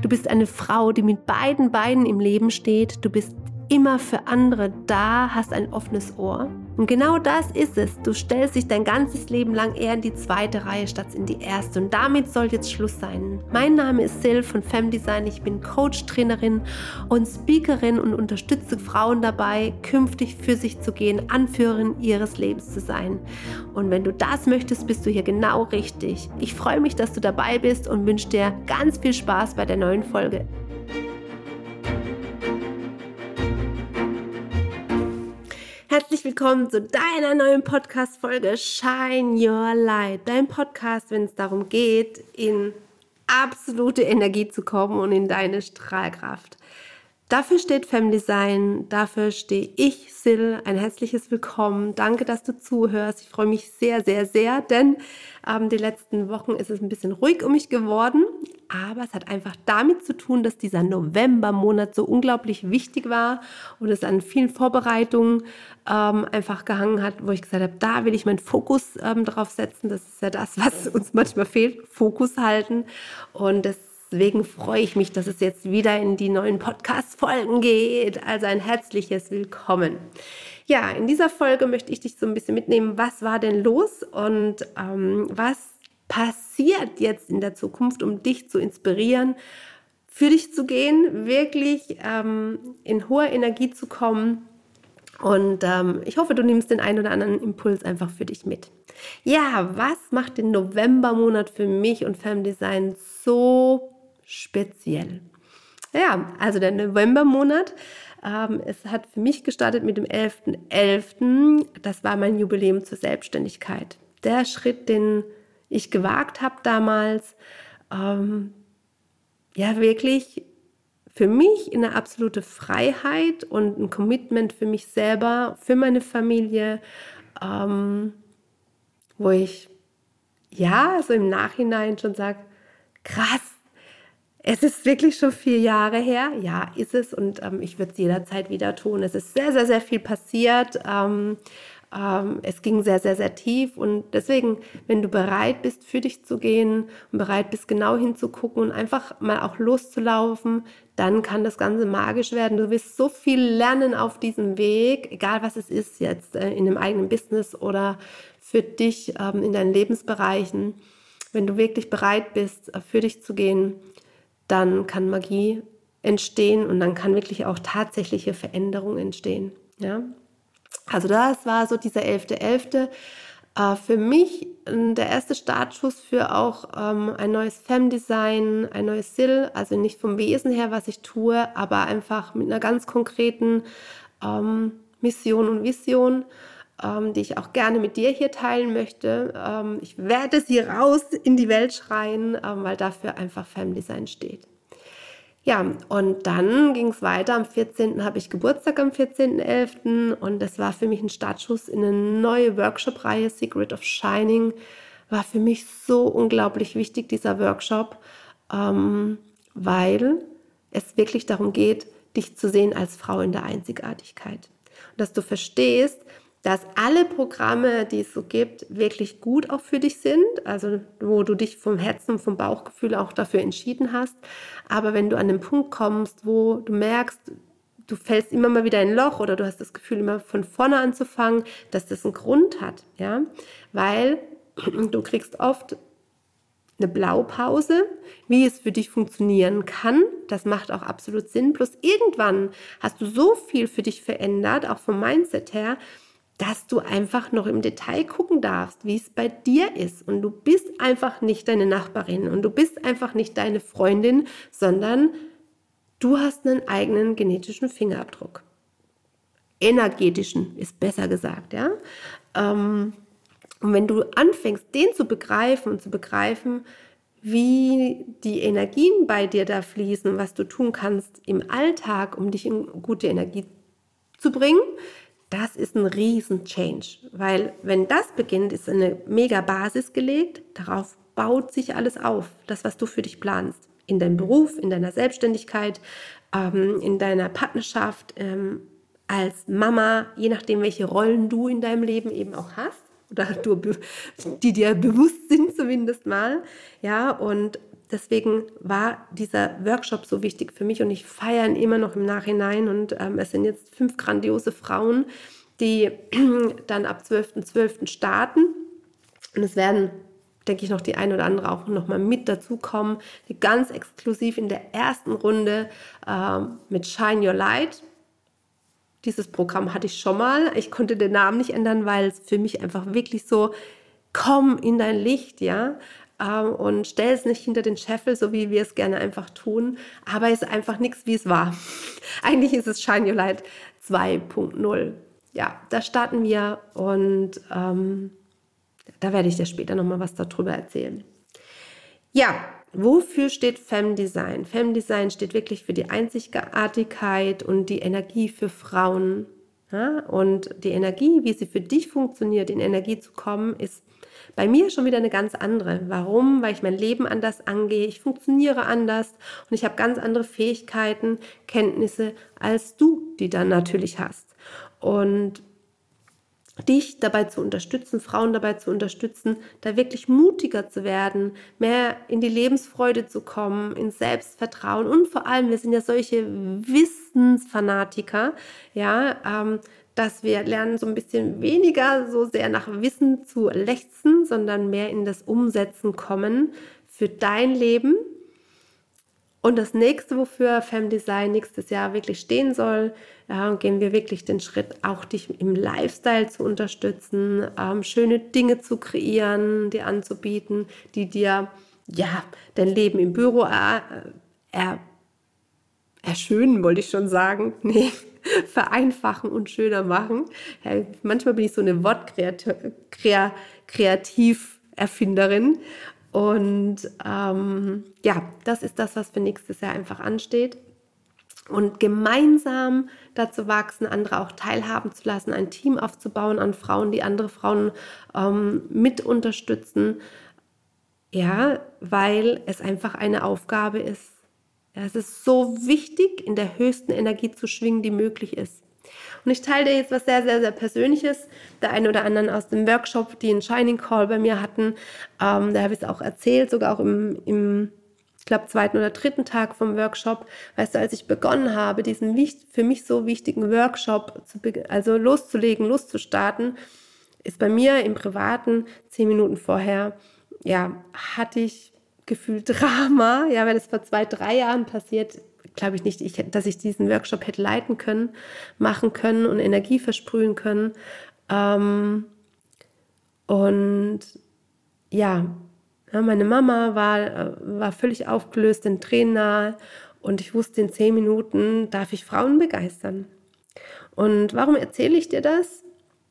Du bist eine Frau, die mit beiden Beinen im Leben steht. Du bist immer für andere da, hast ein offenes Ohr. Und genau das ist es. Du stellst dich dein ganzes Leben lang eher in die zweite Reihe statt in die erste. Und damit soll jetzt Schluss sein. Mein Name ist Sil von Femdesign. Ich bin Coach, Trainerin und Speakerin und unterstütze Frauen dabei, künftig für sich zu gehen, Anführerin ihres Lebens zu sein. Und wenn du das möchtest, bist du hier genau richtig. Ich freue mich, dass du dabei bist und wünsche dir ganz viel Spaß bei der neuen Folge. Herzlich willkommen zu deiner neuen Podcast-Folge Shine Your Light. Dein Podcast, wenn es darum geht, in absolute Energie zu kommen und in deine Strahlkraft. Dafür steht Femdesign, dafür stehe ich, Sil. Ein herzliches Willkommen. Danke, dass du zuhörst. Ich freue mich sehr, sehr, sehr, denn die letzten Wochen ist es ein bisschen ruhig um mich geworden. Aber es hat einfach damit zu tun, dass dieser Novembermonat so unglaublich wichtig war und es an vielen Vorbereitungen einfach gehangen hat, wo ich gesagt habe, da will ich meinen Fokus drauf setzen. Das ist ja das, was uns manchmal fehlt, Fokus halten. Und deswegen freue ich mich, dass es jetzt wieder in die neuen Podcast-Folgen geht. Also ein herzliches Willkommen. Ja, in dieser Folge möchte ich dich so ein bisschen mitnehmen, was war denn los und was passiert jetzt in der Zukunft, um dich zu inspirieren, für dich zu gehen, wirklich in hohe Energie zu kommen. Und ich hoffe, du nimmst den einen oder anderen Impuls einfach für dich mit. Ja, was macht den Novembermonat für mich und Femdesign so speziell? Ja, also der Novembermonat, es hat für mich gestartet mit dem 11.11. Das war mein Jubiläum zur Selbstständigkeit. Der Schritt, den ich gewagt habe damals, wirklich für mich in eine absolute Freiheit und ein Commitment für mich selber, für meine Familie, wo ich so im Nachhinein schon sage, krass, es ist wirklich schon 4 Jahre her. Ja, ist es, und ich würde es jederzeit wieder tun. Es ist sehr, sehr, sehr viel passiert. Es ging sehr, sehr, sehr tief, und deswegen, wenn du bereit bist, für dich zu gehen und bereit bist, genau hinzugucken und einfach mal auch loszulaufen, dann kann das Ganze magisch werden. Du wirst so viel lernen auf diesem Weg, egal was es ist jetzt, in dem eigenen Business oder für dich in deinen Lebensbereichen. Wenn du wirklich bereit bist, für dich zu gehen, dann kann Magie entstehen und dann kann wirklich auch tatsächliche Veränderung entstehen. Ja? Also das war so dieser 11.11. Für mich der erste Startschuss für auch ein neues Femdesign, ein neues Sil, also nicht vom Wesen her, was ich tue, aber einfach mit einer ganz konkreten Mission und Vision, die ich auch gerne mit dir hier teilen möchte. Ich werde sie raus in die Welt schreien, weil dafür einfach Femdesign steht. Ja, und dann ging es weiter. Am 14. habe ich Geburtstag, am 14.11. Und das war für mich ein Startschuss in eine neue Workshop-Reihe, Secret of Shining. War für mich so unglaublich wichtig, dieser Workshop, weil es wirklich darum geht, dich zu sehen als Frau in der Einzigartigkeit. Und dass du verstehst, dass alle Programme, die es so gibt, wirklich gut auch für dich sind, also wo du dich vom Herzen, vom Bauchgefühl auch dafür entschieden hast. Aber wenn du an den Punkt kommst, wo du merkst, du fällst immer mal wieder in ein Loch oder du hast das Gefühl, immer von vorne anzufangen, dass das einen Grund hat, ja, weil du kriegst oft eine Blaupause, wie es für dich funktionieren kann. Das macht auch absolut Sinn. Bloß irgendwann hast du so viel für dich verändert, auch vom Mindset her, dass du einfach noch im Detail gucken darfst, wie es bei dir ist. Und du bist einfach nicht deine Nachbarin und du bist einfach nicht deine Freundin, sondern du hast einen eigenen genetischen Fingerabdruck. Energetischen ist besser gesagt, ja. Und wenn du anfängst, den zu begreifen und zu begreifen, wie die Energien bei dir da fließen, was du tun kannst im Alltag, um dich in gute Energie zu bringen, das ist ein riesen Change, weil wenn das beginnt, ist eine mega Basis gelegt, darauf baut sich alles auf, das, was du für dich planst, in deinem Beruf, in deiner Selbstständigkeit, in deiner Partnerschaft, als Mama, je nachdem, welche Rollen du in deinem Leben eben auch hast oder die dir bewusst sind zumindest mal, ja, und deswegen war dieser Workshop so wichtig für mich und ich feiere ihn immer noch im Nachhinein. Und es sind jetzt 5 grandiose Frauen, die dann ab 12.12. starten. Und es werden, denke ich, noch die ein oder andere auch noch mal mit dazukommen, die ganz exklusiv in der ersten Runde mit Shine Your Light. Dieses Programm hatte ich schon mal. Ich konnte den Namen nicht ändern, weil es für mich einfach wirklich so, komm in dein Licht, ja, und stell es nicht hinter den Scheffel, so wie wir es gerne einfach tun, aber es ist einfach nichts, wie es war. Eigentlich ist es Shine Your Light 2.0. Ja, da starten wir und da werde ich dir später nochmal was darüber erzählen. Ja, wofür steht Femdesign? Femdesign steht wirklich für die Einzigartigkeit und die Energie für Frauen. Ja? Und die Energie, wie sie für dich funktioniert, in Energie zu kommen, ist bei mir schon wieder eine ganz andere. Warum? Weil ich mein Leben anders angehe, ich funktioniere anders und ich habe ganz andere Fähigkeiten, Kenntnisse als du, die dann natürlich hast. Und dich dabei zu unterstützen, Frauen dabei zu unterstützen, da wirklich mutiger zu werden, mehr in die Lebensfreude zu kommen, ins Selbstvertrauen und vor allem, wir sind ja solche Wissensfanatiker, ja, dass wir lernen, so ein bisschen weniger so sehr nach Wissen zu lechzen, sondern mehr in das Umsetzen kommen für dein Leben. Und das nächste, wofür Femdesign nächstes Jahr wirklich stehen soll, gehen wir wirklich den Schritt, auch dich im Lifestyle zu unterstützen, schöne Dinge zu kreieren, dir anzubieten, die dir dein Leben im Büro erschönen, wollte ich schon sagen. Nee, vereinfachen und schöner machen. Ja, manchmal bin ich so eine Wortkreativerfinderin. Und das ist das, was für nächstes Jahr einfach ansteht. Und gemeinsam dazu wachsen, andere auch teilhaben zu lassen, ein Team aufzubauen an Frauen, die andere Frauen mit unterstützen. Ja, weil es einfach eine Aufgabe ist. Ja, es ist so wichtig, in der höchsten Energie zu schwingen, die möglich ist. Und ich teile dir jetzt was sehr, sehr, sehr Persönliches. Der eine oder anderen aus dem Workshop, die einen Shining Call bei mir hatten, da habe ich es auch erzählt, sogar auch im ich glaube, 2. oder 3. Tag vom Workshop. Weißt du, als ich begonnen habe, diesen für mich so wichtigen Workshop loszulegen, loszustarten, ist bei mir im Privaten 10 Minuten vorher, hatte ich gefühlt Drama, weil das vor 2, 3 Jahren passiert, glaube ich nicht, dass ich diesen Workshop hätte leiten können, machen können und Energie versprühen können. Meine Mama war völlig aufgelöst, den Tränen nahe und ich wusste, in 10 Minuten darf ich Frauen begeistern. Und warum erzähle ich dir das?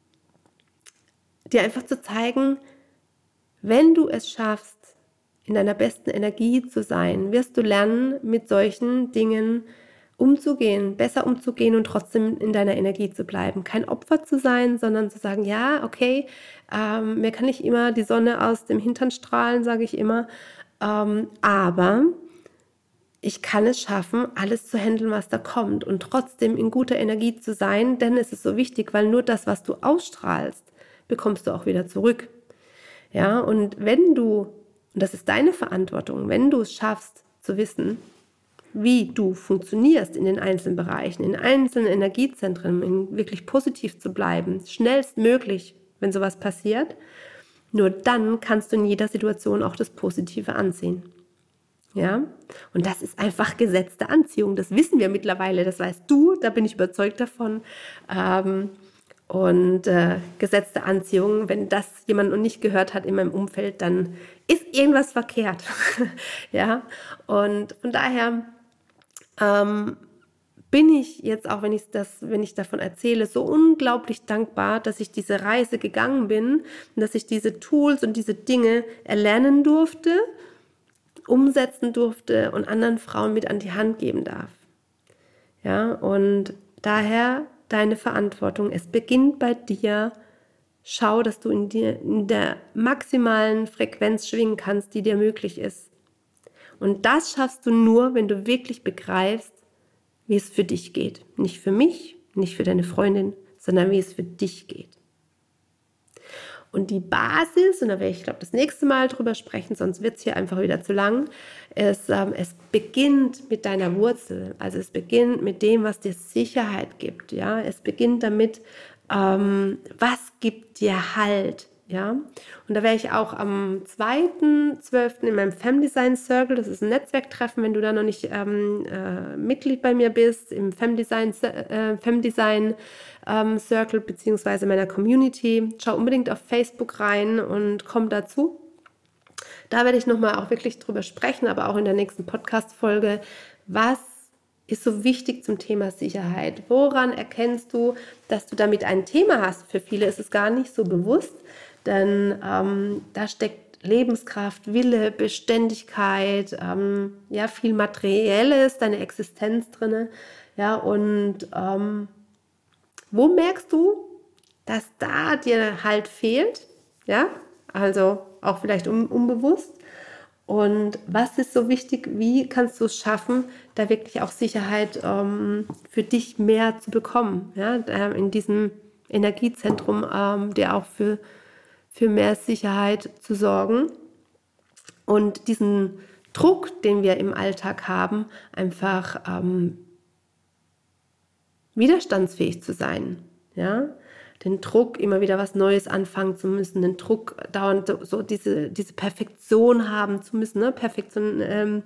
Dir einfach zu zeigen, wenn du es schaffst, in deiner besten Energie zu sein, wirst du lernen, mit solchen Dingen umzugehen, besser umzugehen und trotzdem in deiner Energie zu bleiben. Kein Opfer zu sein, sondern zu sagen, ja, okay, mir kann nicht immer die Sonne aus dem Hintern strahlen, sage ich immer, aber ich kann es schaffen, alles zu handeln, was da kommt und trotzdem in guter Energie zu sein, denn es ist so wichtig, weil nur das, was du ausstrahlst, bekommst du auch wieder zurück. Ja, und wenn du, und das ist deine Verantwortung, wenn du es schaffst zu wissen, wie du funktionierst in den einzelnen Bereichen, in einzelnen Energiezentren, wirklich positiv zu bleiben, schnellstmöglich, wenn sowas passiert, nur dann kannst du in jeder Situation auch das Positive anziehen. Ja, und das ist einfach Gesetz der Anziehung. Das wissen wir mittlerweile, das weißt du, da bin ich überzeugt davon. Gesetz der Anziehung, wenn das jemand noch nicht gehört hat in meinem Umfeld, dann ist irgendwas verkehrt. Ja, und von daher bin ich jetzt, auch wenn ich davon erzähle, so unglaublich dankbar, dass ich diese Reise gegangen bin und dass ich diese Tools und diese Dinge erlernen durfte, umsetzen durfte und anderen Frauen mit an die Hand geben darf. Ja, und daher deine Verantwortung. Es beginnt bei dir. Schau, dass du in der maximalen Frequenz schwingen kannst, die dir möglich ist. Und das schaffst du nur, wenn du wirklich begreifst, wie es für dich geht. Nicht für mich, nicht für deine Freundin, sondern wie es für dich geht. Und die Basis, und da werde ich, glaube das nächste Mal drüber sprechen, sonst wird es hier einfach wieder zu lang, ist, es beginnt mit deiner Wurzel. Also es beginnt mit dem, was dir Sicherheit gibt. Ja? Es beginnt damit, was gibt dir Halt. Ja? Und da werde ich auch am 2.12. in meinem Femdesign Circle, das ist ein Netzwerktreffen, wenn du da noch nicht Mitglied bei mir bist, im Femdesign Circle bzw. meiner Community, schau unbedingt auf Facebook rein und komm dazu. Da werde ich nochmal auch wirklich drüber sprechen, aber auch in der nächsten Podcast-Folge, was ist so wichtig zum Thema Sicherheit? Woran erkennst du, dass du damit ein Thema hast? Für viele ist es gar nicht so bewusst, denn da steckt Lebenskraft, Wille, Beständigkeit, viel Materielles, deine Existenz drin. Ja, und wo merkst du, dass da dir halt fehlt? Ja, also auch vielleicht unbewusst. Und was ist so wichtig, wie kannst du es schaffen, da wirklich auch Sicherheit für dich mehr zu bekommen, ja? In diesem Energiezentrum dir auch für mehr Sicherheit zu sorgen und diesen Druck, den wir im Alltag haben, einfach widerstandsfähig zu sein, ja? Den Druck, immer wieder was Neues anfangen zu müssen, den Druck, dauernd so diese Perfektion haben zu müssen. Ne? Perfektion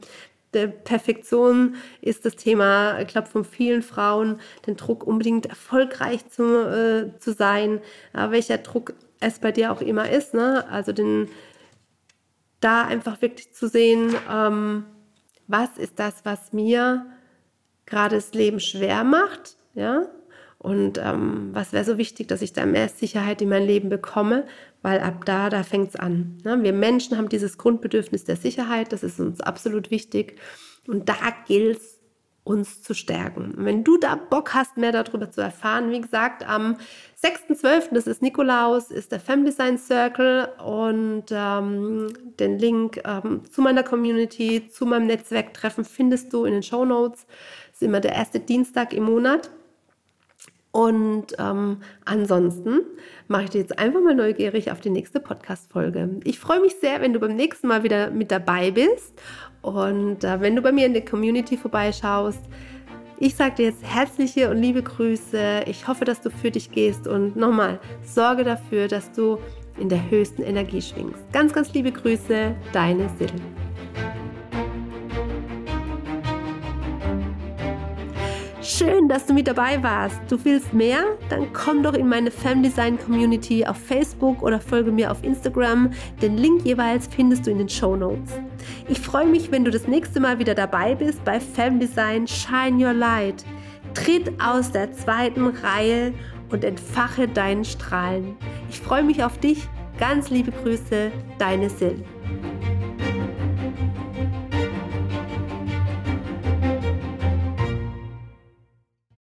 ist das Thema, ich glaube, von vielen Frauen, den Druck, unbedingt erfolgreich zu sein, welcher Druck es bei dir auch immer ist. Ne? Also da einfach wirklich zu sehen, was ist das, was mir gerade das Leben schwer macht, ja? Und was wäre so wichtig, dass ich da mehr Sicherheit in mein Leben bekomme, weil ab da fängt es an. Ne? Wir Menschen haben dieses Grundbedürfnis der Sicherheit, das ist uns absolut wichtig. Und da gilt es, uns zu stärken. Und wenn du da Bock hast, mehr darüber zu erfahren, wie gesagt, am 6.12., das ist Nikolaus, ist der Femdesign Circle und den Link zu meiner Community, zu meinem Netzwerktreffen findest du in den Shownotes. Das ist immer der erste Dienstag im Monat. Und ansonsten mache ich dir jetzt einfach mal neugierig auf die nächste Podcast-Folge. Ich freue mich sehr, wenn du beim nächsten Mal wieder mit dabei bist und wenn du bei mir in der Community vorbeischaust. Ich sage dir jetzt herzliche und liebe Grüße. Ich hoffe, dass du für dich gehst und nochmal, sorge dafür, dass du in der höchsten Energie schwingst. Ganz, ganz liebe Grüße, deine Sil. Schön, dass du mit dabei warst. Du willst mehr? Dann komm doch in meine Femdesign Community auf Facebook oder folge mir auf Instagram. Den Link jeweils findest du in den Shownotes. Ich freue mich, wenn du das nächste Mal wieder dabei bist bei Femdesign Shine Your Light. Tritt aus der zweiten Reihe und entfache deinen Strahlen. Ich freue mich auf dich. Ganz liebe Grüße, deine Sil.